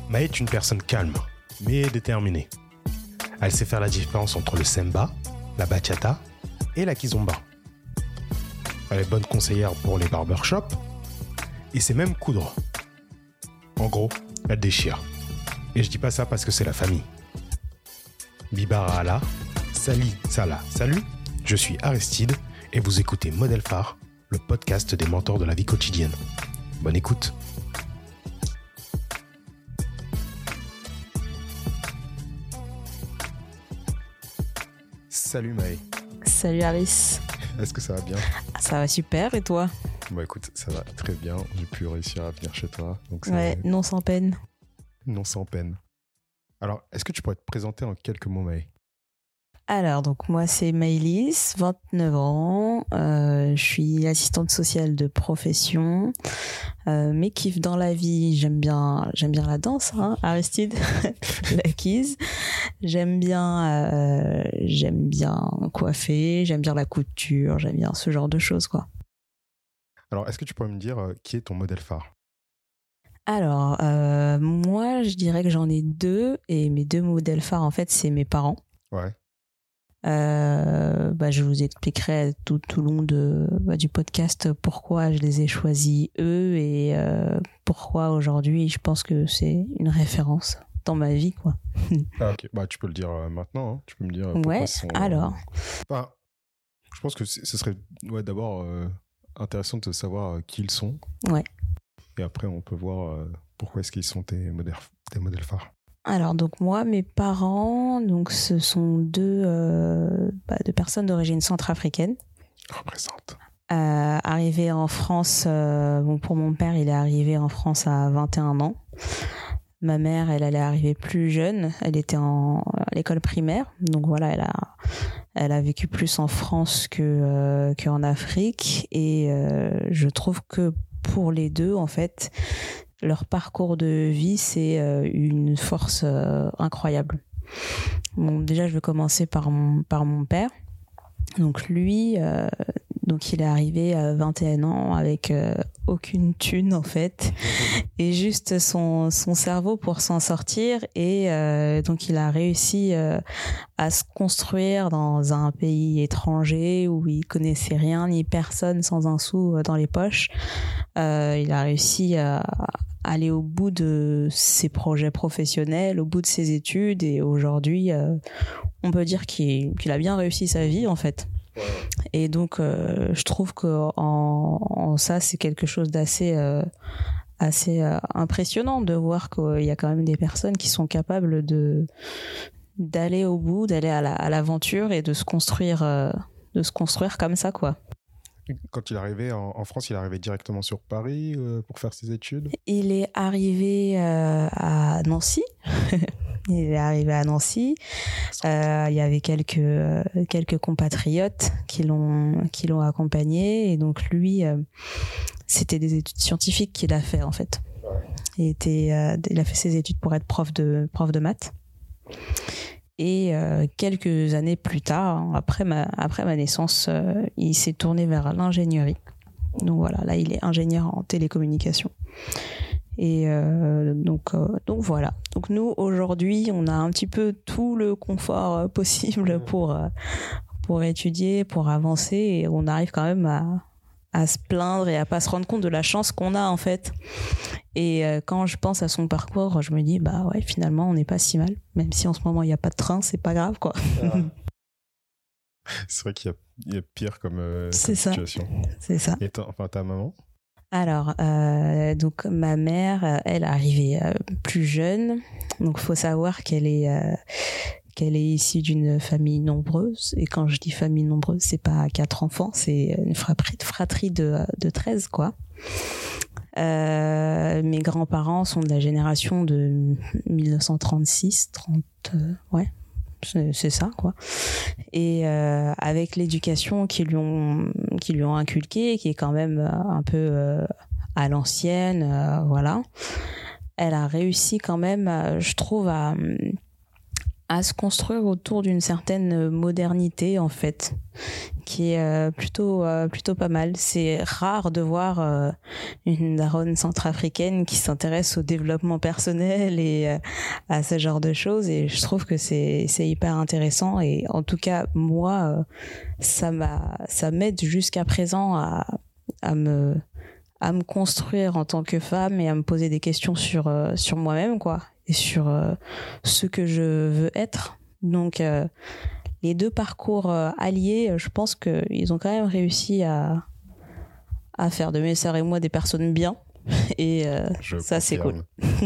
Maë est une personne calme, mais déterminée. Elle sait faire la différence entre le semba, la bachata et la kizomba. Elle est bonne conseillère pour les barbershops et sait même coudre. En gros, elle déchire. Et je dis pas ça parce que c'est la famille. Bibara Allah, Sali Salah, salut, je suis Aristide et vous écoutez Modèle Phare, le podcast des mentors de la vie quotidienne. Bonne écoute. Salut Maë. Salut Aris. Est-ce que ça va bien? Ça va super, et toi? Bah écoute, ça va très bien. J'ai pu réussir à venir chez toi. Donc ouais, non sans peine. Non sans peine. Alors, est-ce que tu pourrais te présenter en quelques mots, Maë? Alors, donc moi c'est Maëlys, 29 ans, je suis assistante sociale de profession, mes kiffs dans la vie, j'aime bien la danse, hein, Aristide, l'acquise, j'aime bien coiffer, j'aime bien la couture, j'aime bien ce genre de choses, quoi. Alors, est-ce que tu pourrais me dire qui est ton modèle phare? Alors, moi je dirais que j'en ai deux, et mes deux modèles phares en fait c'est mes parents. Ouais. Je vous expliquerai tout au long du podcast pourquoi je les ai choisis eux et pourquoi aujourd'hui je pense que c'est une référence dans ma vie, quoi. Ah, ok, bah tu peux le dire maintenant, hein. Tu peux me dire pourquoi ouais, sont, alors. Enfin, je pense que ce serait d'abord intéressant de savoir qui ils sont. Ouais. Et après on peut voir pourquoi est-ce qu'ils sont tes modèles phares. Alors donc moi, mes parents, donc ce sont deux personnes d'origine centrafricaine. Représente. Arrivé en France, pour mon père, il est arrivé en France à 21 ans. Ma mère, elle est arrivée plus jeune, elle était à l'école primaire, donc voilà, elle a vécu plus en France qu'en Afrique, et je trouve que pour les deux, en fait, leur parcours de vie, c'est une force incroyable. Bon, déjà, je vais commencer par mon père. Donc lui, il est arrivé à 21 ans avec aucune thune, en fait, et juste son cerveau pour s'en sortir. Et donc il a réussi à se construire dans un pays étranger où il connaissait rien ni personne, sans un sou dans les poches. Il a réussi à aller au bout de ses projets professionnels, au bout de ses études, et aujourd'hui on peut dire qu'il a bien réussi sa vie, en fait. Ouais. Et donc je trouve que en ça c'est quelque chose d'assez impressionnant de voir qu'il y a quand même des personnes qui sont capables d'aller au bout, d'aller à l'aventure et de se construire comme ça, quoi. Quand il est arrivé en France, il est arrivé directement sur Paris pour faire ses études? Il est arrivé à Nancy. Il est arrivé à Nancy. Il y avait quelques compatriotes qui l'ont accompagné. Et donc lui, c'était des études scientifiques qu'il a fait, en fait. Il a fait ses études pour être prof de maths. Et quelques années plus tard, après ma naissance, il s'est tourné vers l'ingénierie. Donc voilà, là il est ingénieur en télécommunications. Et donc voilà. Donc nous aujourd'hui, on a un petit peu tout le confort possible pour étudier, pour avancer, et on arrive quand même à se plaindre et à pas se rendre compte de la chance qu'on a, en fait. Et quand je pense à son parcours, je me dis bah ouais, finalement on n'est pas si mal, même si en ce moment il y a pas de train, c'est pas grave, quoi. C'est vrai qu'il y a pire comme c'est situation. C'est ça. Et ta maman? Alors donc ma mère, elle est arrivée plus jeune. Donc faut savoir qu'elle est issue d'une famille nombreuse, et quand je dis famille nombreuse, c'est pas 4 enfants, c'est une fratrie de 13, quoi. Mes grands-parents sont de la génération de 1936, ouais, c'est ça, quoi. Et avec l'éducation qu'ils lui ont inculquée, qui est quand même un peu à l'ancienne, voilà, elle a réussi quand même, je trouve, à se construire autour d'une certaine modernité en fait, qui est plutôt pas mal. C'est rare de voir une daronne centrafricaine qui s'intéresse au développement personnel et à ce genre de choses, et je trouve que c'est hyper intéressant, et en tout cas moi ça m'aide jusqu'à présent à me construire en tant que femme et à me poser des questions sur moi-même, quoi, et sur ce que je veux être. Donc les deux parcours alliés, je pense qu'ils ont quand même réussi à faire de mes sœurs et moi des personnes bien, et ça c'est cool.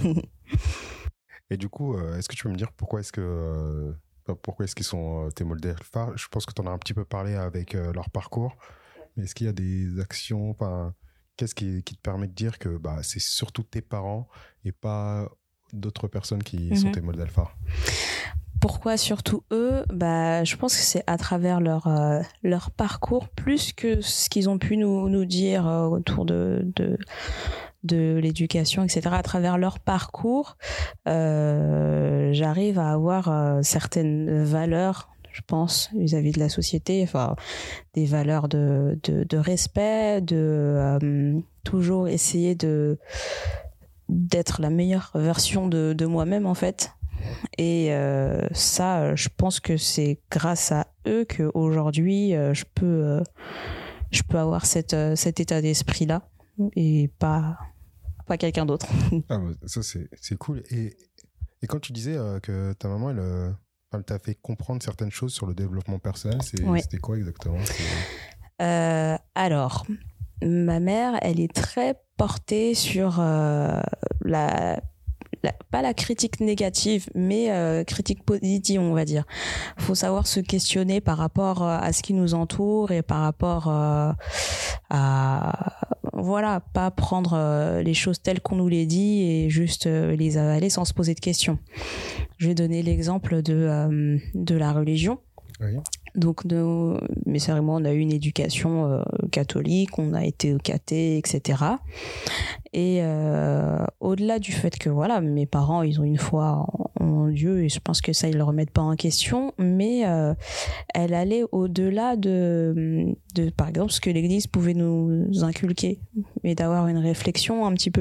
Et du coup, est-ce que tu peux me dire pourquoi est-ce qu'ils sont tes modèles phares? Je pense que tu en as un petit peu parlé avec leur parcours, mais est-ce qu'il y a des actions, qu'est-ce qui te permet de dire que c'est surtout tes parents et pas d'autres personnes qui sont tes modèles phares? Pourquoi surtout eux? Je pense que c'est à travers leur parcours, plus que ce qu'ils ont pu nous dire autour de l'éducation, etc. À travers leur parcours, j'arrive à avoir certaines valeurs, je pense, vis-à-vis de la société, enfin des valeurs de respect, de toujours essayer d'être la meilleure version de moi-même en fait. Et ça, je pense que c'est grâce à eux qu'aujourd'hui je peux avoir cet état d'esprit là, et pas quelqu'un d'autre. Ça c'est cool. Et quand tu disais que ta maman elle t'a fait comprendre certaines choses sur le développement personnel, c'était quoi exactement? Alors, ma mère, elle est très portée sur pas la critique négative, mais critique positive, on va dire. Il faut savoir se questionner par rapport à ce qui nous entoure, et par rapport voilà, pas prendre les choses telles qu'on nous les dit et juste les avaler sans se poser de questions. Je vais donner l'exemple de la religion. Oui. Donc mes sœurs et moi, on a eu une éducation catholique, on a été au caté, etc. Et au-delà du fait que voilà, mes parents, ils ont une foi en Dieu, et je pense que ça, ils le remettent pas en question, mais elle allait au-delà de par exemple ce que l'Église pouvait nous inculquer, et d'avoir une réflexion un petit peu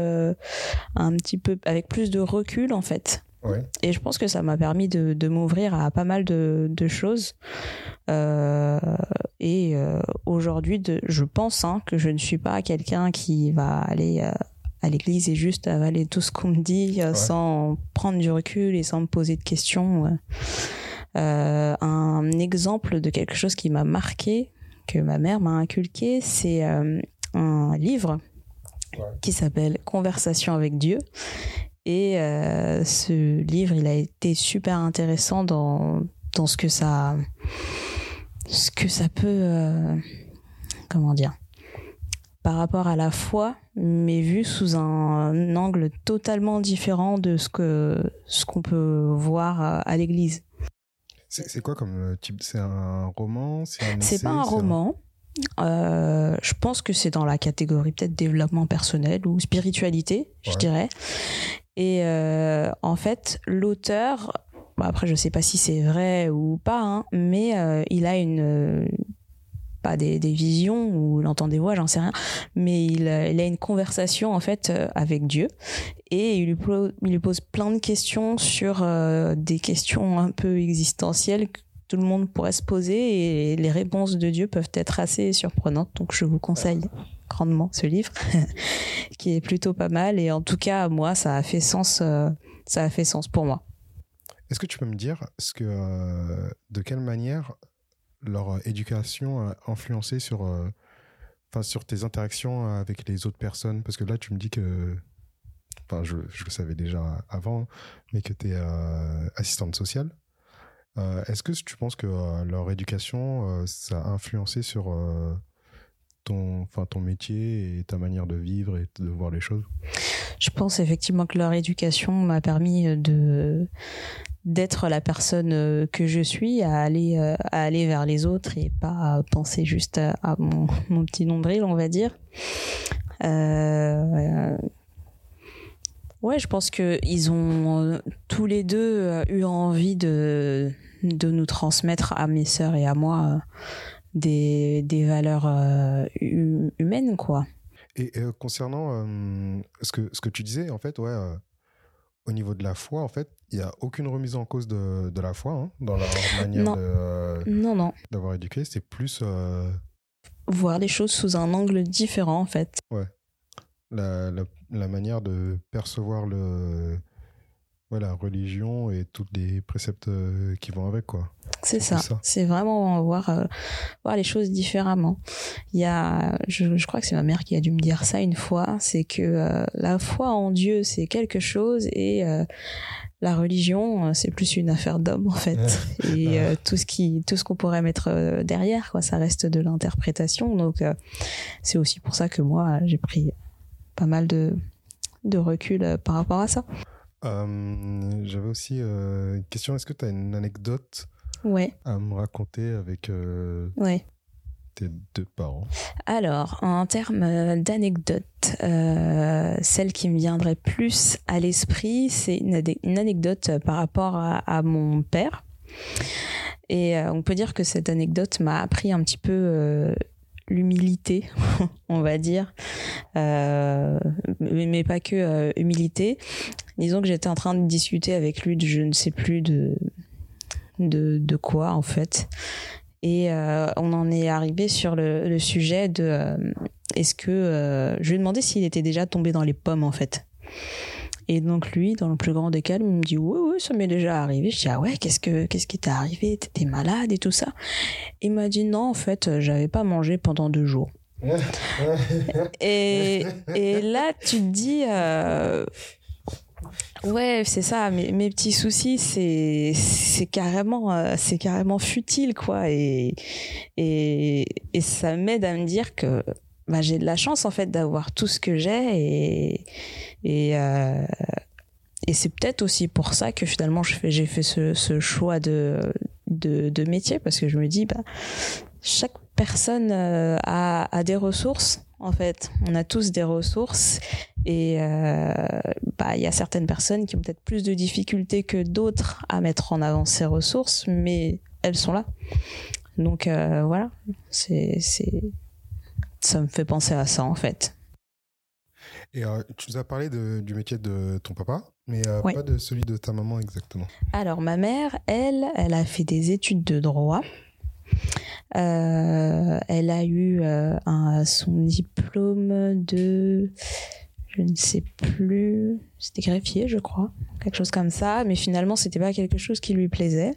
avec plus de recul en fait. Ouais. Et je pense que ça m'a permis de m'ouvrir à pas mal de choses. Et aujourd'hui, je pense que je ne suis pas quelqu'un qui va aller à l'église et juste avaler tout ce qu'on me dit sans prendre du recul et sans me poser de questions. Un exemple de quelque chose qui m'a marqué, que ma mère m'a inculqué, c'est un livre qui s'appelle Conversation avec Dieu. Et ce livre, il a été super intéressant dans ce que ça peut comment dire, par rapport à la foi, mais vu sous un angle totalement différent de ce qu'on peut voir à l'église. C'est quoi comme type? C'est un roman? C'est pas un roman. Je pense que c'est dans la catégorie peut-être développement personnel ou spiritualité, je dirais. Et en fait, l'auteur, après je sais pas si c'est vrai ou pas, mais il a pas des visions ou il entend des voix, j'en sais rien, mais il a une conversation en fait avec Dieu, et il lui pose plein de questions sur des questions un peu existentielles que tout le monde pourrait se poser, et les réponses de Dieu peuvent être assez surprenantes. Donc je vous conseille grandement ce livre qui est plutôt pas mal, et en tout cas moi ça a fait sens pour moi. Est-ce que tu peux me dire de quelle manière leur éducation a influencé sur tes interactions avec les autres personnes? Parce que là tu me dis que, je le savais déjà avant, mais que tu es assistante sociale. Est-ce que tu penses que leur éducation ça a influencé sur ton métier et ta manière de vivre et de voir les choses? Je pense effectivement que leur éducation m'a permis d'être la personne que je suis, à aller vers les autres et pas à penser juste à mon petit nombril, on va dire. Ouais, je pense qu'ils ont tous les deux eu envie de nous transmettre à mes sœurs et à moi des valeurs humaines, quoi. Et concernant ce que tu disais, en fait, ouais, au niveau de la foi, en fait, il n'y a aucune remise en cause de la foi hein, dans leur manière non. d'avoir éduqué. C'est plus... voir les choses sous un angle différent, en fait. Ouais. La manière de percevoir la religion et tous les préceptes qui vont avec, quoi. C'est ça. C'est vraiment voir les choses différemment. Il y a, je crois que c'est ma mère qui a dû me dire ça une fois, c'est que la foi en Dieu, c'est quelque chose et la religion, c'est plus une affaire d'homme, en fait. Et tout ce qu'on pourrait mettre derrière, quoi, ça reste de l'interprétation. Donc, c'est aussi pour ça que moi, j'ai pris pas mal de recul par rapport à ça. J'avais aussi une question. Est-ce que tu as une anecdote à me raconter avec tes deux parents? Alors, en termes d'anecdote, celle qui me viendrait plus à l'esprit, c'est une anecdote par rapport à mon père. Et on peut dire que cette anecdote m'a appris un petit peu l'humilité, on va dire, mais pas que humilité. Disons que j'étais en train de discuter avec lui de je ne sais plus de quoi, en fait. Et on en est arrivé sur le sujet de est-ce que je lui ai demandé s'il était déjà tombé dans les pommes, en fait. Et donc lui, dans le plus grand des calmes, il me dit oui, ça m'est déjà arrivé. Je dis ah ouais, qu'est-ce qui t'est arrivé? T'étais malade et tout ça? Il m'a dit non, en fait, j'avais pas mangé pendant 2 jours. et là, tu te dis ouais, c'est ça. Mes petits soucis, c'est carrément futile, quoi. Et ça m'aide à me dire que j'ai de la chance, en fait, d'avoir tout ce que j'ai et c'est peut-être aussi pour ça que finalement j'ai fait ce choix de métier, parce que je me dis chaque personne a des ressources, en fait. On a tous des ressources et il y a certaines personnes qui ont peut-être plus de difficultés que d'autres à mettre en avant ces ressources, mais elles sont là. Donc voilà, ça me fait penser à ça, en fait. Et tu nous as parlé du métier de ton papa, mais pas de celui de ta maman exactement. Alors ma mère, elle a fait des études de droit. Elle a eu son diplôme de, je ne sais plus, c'était greffier, je crois, quelque chose comme ça, mais finalement c'était pas quelque chose qui lui plaisait.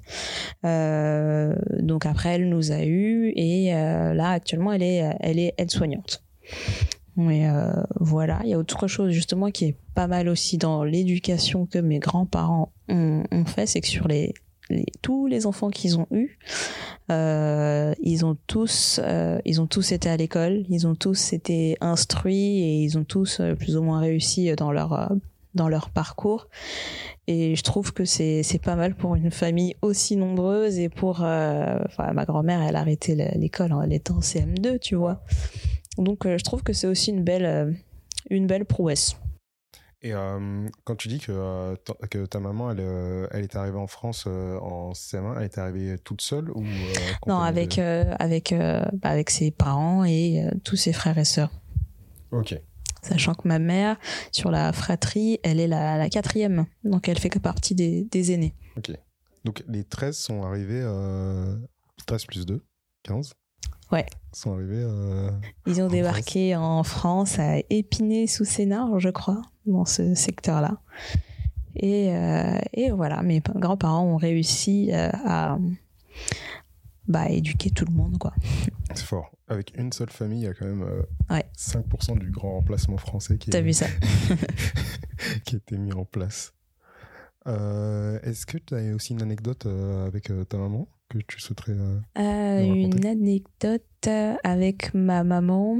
Donc après elle nous a eu et là actuellement elle est aide-soignante. Mais voilà, il y a autre chose justement qui est pas mal aussi dans l'éducation que mes grands-parents ont fait, c'est que sur tous les enfants qu'ils ont eus, ils ont tous été à l'école, ils ont tous été instruits et ils ont tous plus ou moins réussi dans leur parcours. Et je trouve que c'est pas mal pour une famille aussi nombreuse et pour ma grand-mère, elle a arrêté l'école, elle était en CM2, tu vois. Donc je trouve que c'est aussi une belle prouesse. Et quand tu dis que ta maman, elle est arrivée en France en CM1, elle est arrivée toute seule ou non, avec ses parents et tous ses frères et sœurs. Ok. Sachant que ma mère, sur la fratrie, elle est la 4e, donc elle fait que partie des aînés. Ok. Donc les 13 sont arrivés, 13 plus 2, 15. Ouais. Sont arrivés. Ils ont débarqué en France, à Épinay-sous-Sénart, je crois, dans ce secteur-là. Et voilà, mes grands-parents ont réussi à éduquer tout le monde, quoi. C'est fort. Avec une seule famille, il y a quand même 5% du grand remplacement français T'as vu ça qui a été mis en place. Est-ce que tu as aussi une anecdote avec ta maman que tu souhaiterais une anecdote avec ma maman.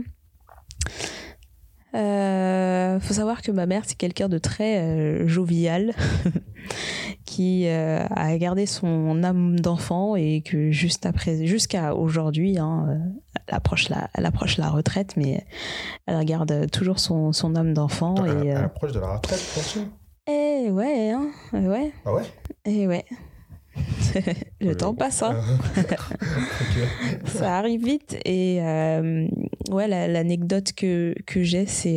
Faut savoir que ma mère, c'est quelqu'un de très jovial qui a gardé son âme d'enfant et que jusqu'à aujourd'hui, elle approche la retraite, mais elle garde toujours son âme d'enfant. Elle approche de la retraite, bien sûr. ouais, hein, ouais. Ah ouais? Et ouais. Le temps passe, hein. Okay. Ça arrive vite. Et ouais, l'anecdote que j'ai, c'est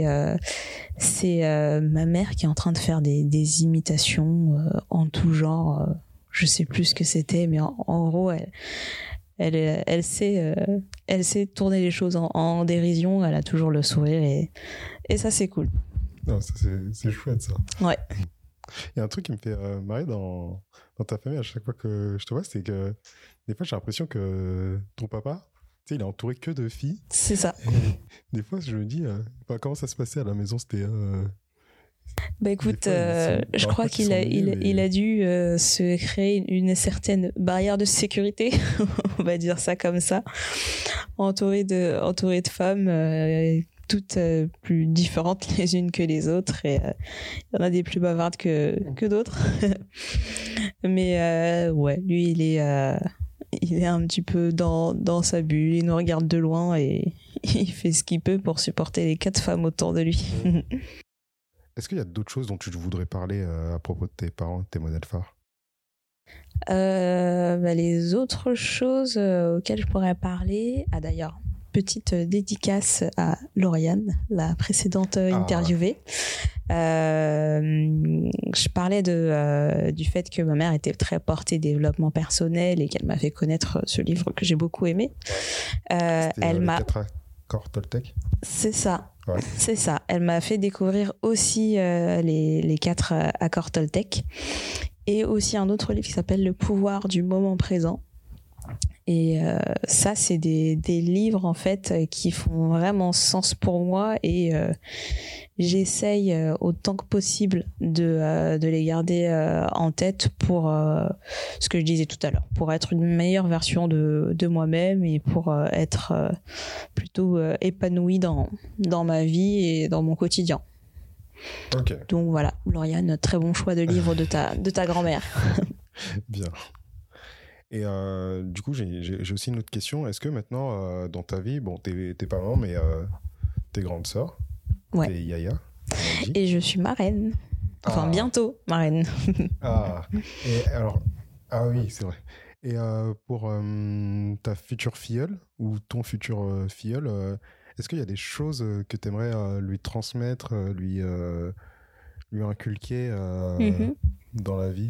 ma mère qui est en train de faire des imitations en tout genre. Je sais plus ce que c'était, mais en gros, elle sait tourner les choses en dérision. Elle a toujours le sourire et ça, c'est cool. Non, ça, c'est chouette, ça. Ouais. Il y a un truc qui me fait marrer dans ta famille à chaque fois que je te vois, c'est que des fois j'ai l'impression que ton papa, tu sais, il est entouré que de filles. C'est ça. Et des fois je me dis, comment ça se passait à la maison, c'était... Bah écoute, je crois qu'il a dû se créer une certaine barrière de sécurité, on va dire ça comme ça, entouré de femmes toutes plus différentes les unes que les autres, et il y en a des plus bavardes que d'autres. Mais ouais, lui il est un petit peu dans sa bulle, il nous regarde de loin et il fait ce qu'il peut pour supporter les 4 femmes autour de lui. Est-ce qu'il y a d'autres choses dont tu voudrais parler à propos de tes parents, de tes modèles phares? Les autres choses auxquelles je pourrais parler... Ah d'ailleurs, petite dédicace à Lauriane, la précédente interviewée. Je parlais du fait que ma mère était très portée développement personnel et qu'elle m'a fait connaître ce livre que j'ai beaucoup aimé. Elle m'a... Accords Toltec. C'est ça. Ouais. C'est ça. Elle m'a fait découvrir aussi les 4 accords Toltec et aussi un autre livre qui s'appelle Le pouvoir du moment présent. Et ça, c'est des livres en fait qui font vraiment sens pour moi et j'essaye autant que possible de les garder en tête pour ce que je disais tout à l'heure, pour être une meilleure version de moi-même et pour être plutôt épanouie dans ma vie et dans mon quotidien. Okay. Donc voilà, Lauriane, très bon choix de livre de ta grand-mère. Bien. Et du coup, j'ai aussi une autre question. Est-ce que maintenant, dans ta vie, bon, t'es parents, mais t'es grande sœur, ouais. T'es Yaya, et je suis marraine. Enfin, bientôt marraine. Et alors, oui, c'est vrai. Et pour ta future filleule ou ton futur filleul, est-ce qu'il y a des choses que t'aimerais lui transmettre, lui inculquer dans la vie?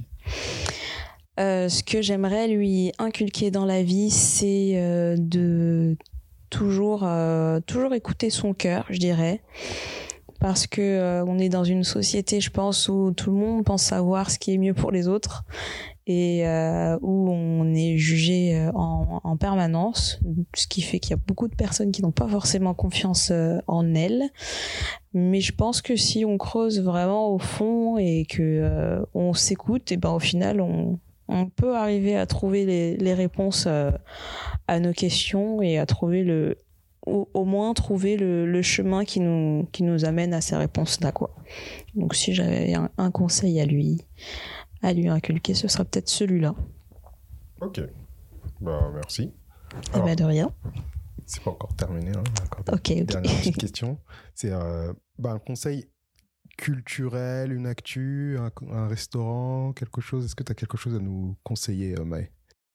Ce que j'aimerais lui inculquer dans la vie, c'est de toujours écouter son cœur, je dirais. Parce que on est dans une société, je pense, où tout le monde pense savoir ce qui est mieux pour les autres et où on est jugé en permanence, ce qui fait qu'il y a beaucoup de personnes qui n'ont pas forcément confiance en elles. Mais je pense que si on creuse vraiment au fond et que on s'écoute, et ben au final on peut arriver à trouver les réponses à nos questions et à trouver au moins trouver le chemin qui nous amène à ces réponses-là, quoi. Donc si j'avais un conseil à lui inculquer, ce serait peut-être celui-là. Ok. Bah merci. Alors, de rien. C'est pas encore terminé. Hein, ok. Dernière petite question. C'est un conseil culturel, une actu, un restaurant, quelque chose. Est-ce que tu as quelque chose à nous conseiller, Maë?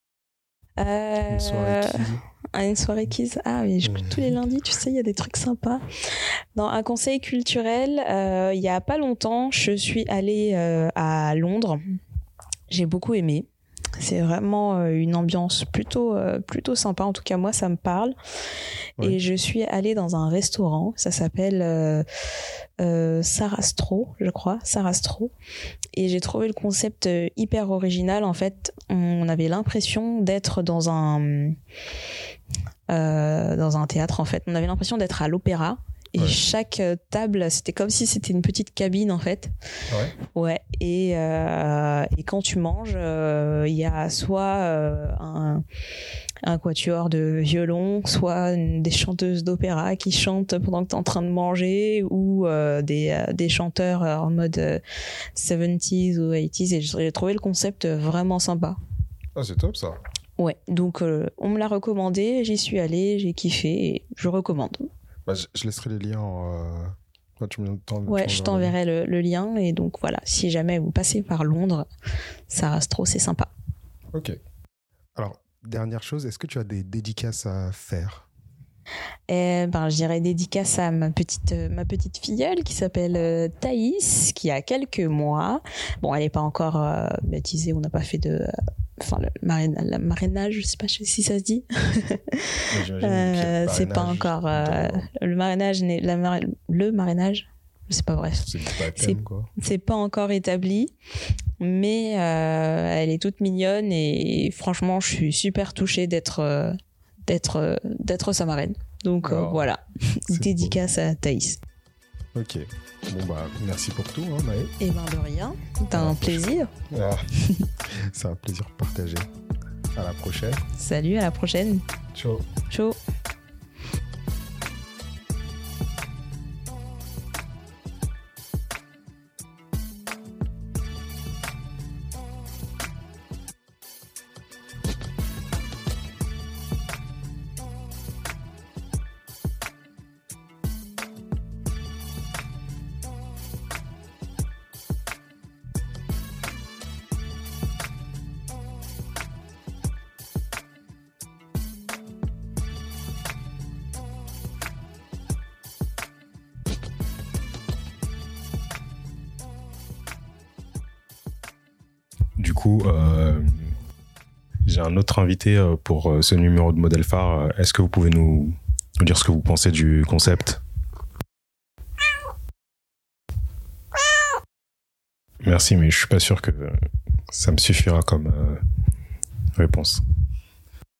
Une soirée quiz. Une soirée quiz. Ah oui, tous les lundis, tu sais, il y a des trucs sympas. Non, un conseil culturel. Il y a pas longtemps, je suis allée à Londres. J'ai beaucoup aimé. C'est vraiment une ambiance plutôt sympa. En tout cas, moi, ça me parle. Ouais. Et je suis allée dans un restaurant. Ça s'appelle Sarastro, je crois. Sarastro. Et j'ai trouvé le concept hyper original. En fait, on avait l'impression d'être dans un théâtre, en fait. On avait l'impression d'être à l'opéra. Et chaque table, c'était comme si c'était une petite cabine, en fait. Ouais. Et quand tu manges, il y a soit un quatuor de violon, soit des chanteuses d'opéra qui chantent pendant que t'es en train de manger, ou des chanteurs en mode 70s ou 80s. Et j'ai trouvé le concept vraiment sympa. Ah, c'est top, ça. Ouais. Donc, on me l'a recommandé, j'y suis allée, j'ai kiffé et je recommande. Bah, je laisserai les liens Ouais, je t'enverrai le lien. Et donc voilà, si jamais vous passez par Londres, Sarastro, c'est sympa. Ok. Alors, dernière chose, est-ce que tu as des dédicaces à faire ? Je dirais dédicace à ma petite filleule qui s'appelle Thaïs, qui a quelques mois. Bon, elle n'est pas encore baptisée, on n'a pas fait de... le marrainage, je sais pas si ça se dit. C'est pas encore... le marrainage, je sais pas, bref. C'est du baptême, quoi. C'est pas encore établi, mais elle est toute mignonne et franchement, je suis super touchée d'être sa marraine. Donc voilà, dédicace à Thaïs. Ok. Bon bah merci pour tout, hein, Maë. Et ben de rien, c'était un plaisir. C'est un plaisir partagé. À la prochaine. Salut, à la prochaine. Ciao. Ciao. Du coup, j'ai un autre invité pour ce numéro de Modèle Phare. Est-ce que vous pouvez nous dire ce que vous pensez du concept ? Merci, mais je suis pas sûr que ça me suffira comme réponse.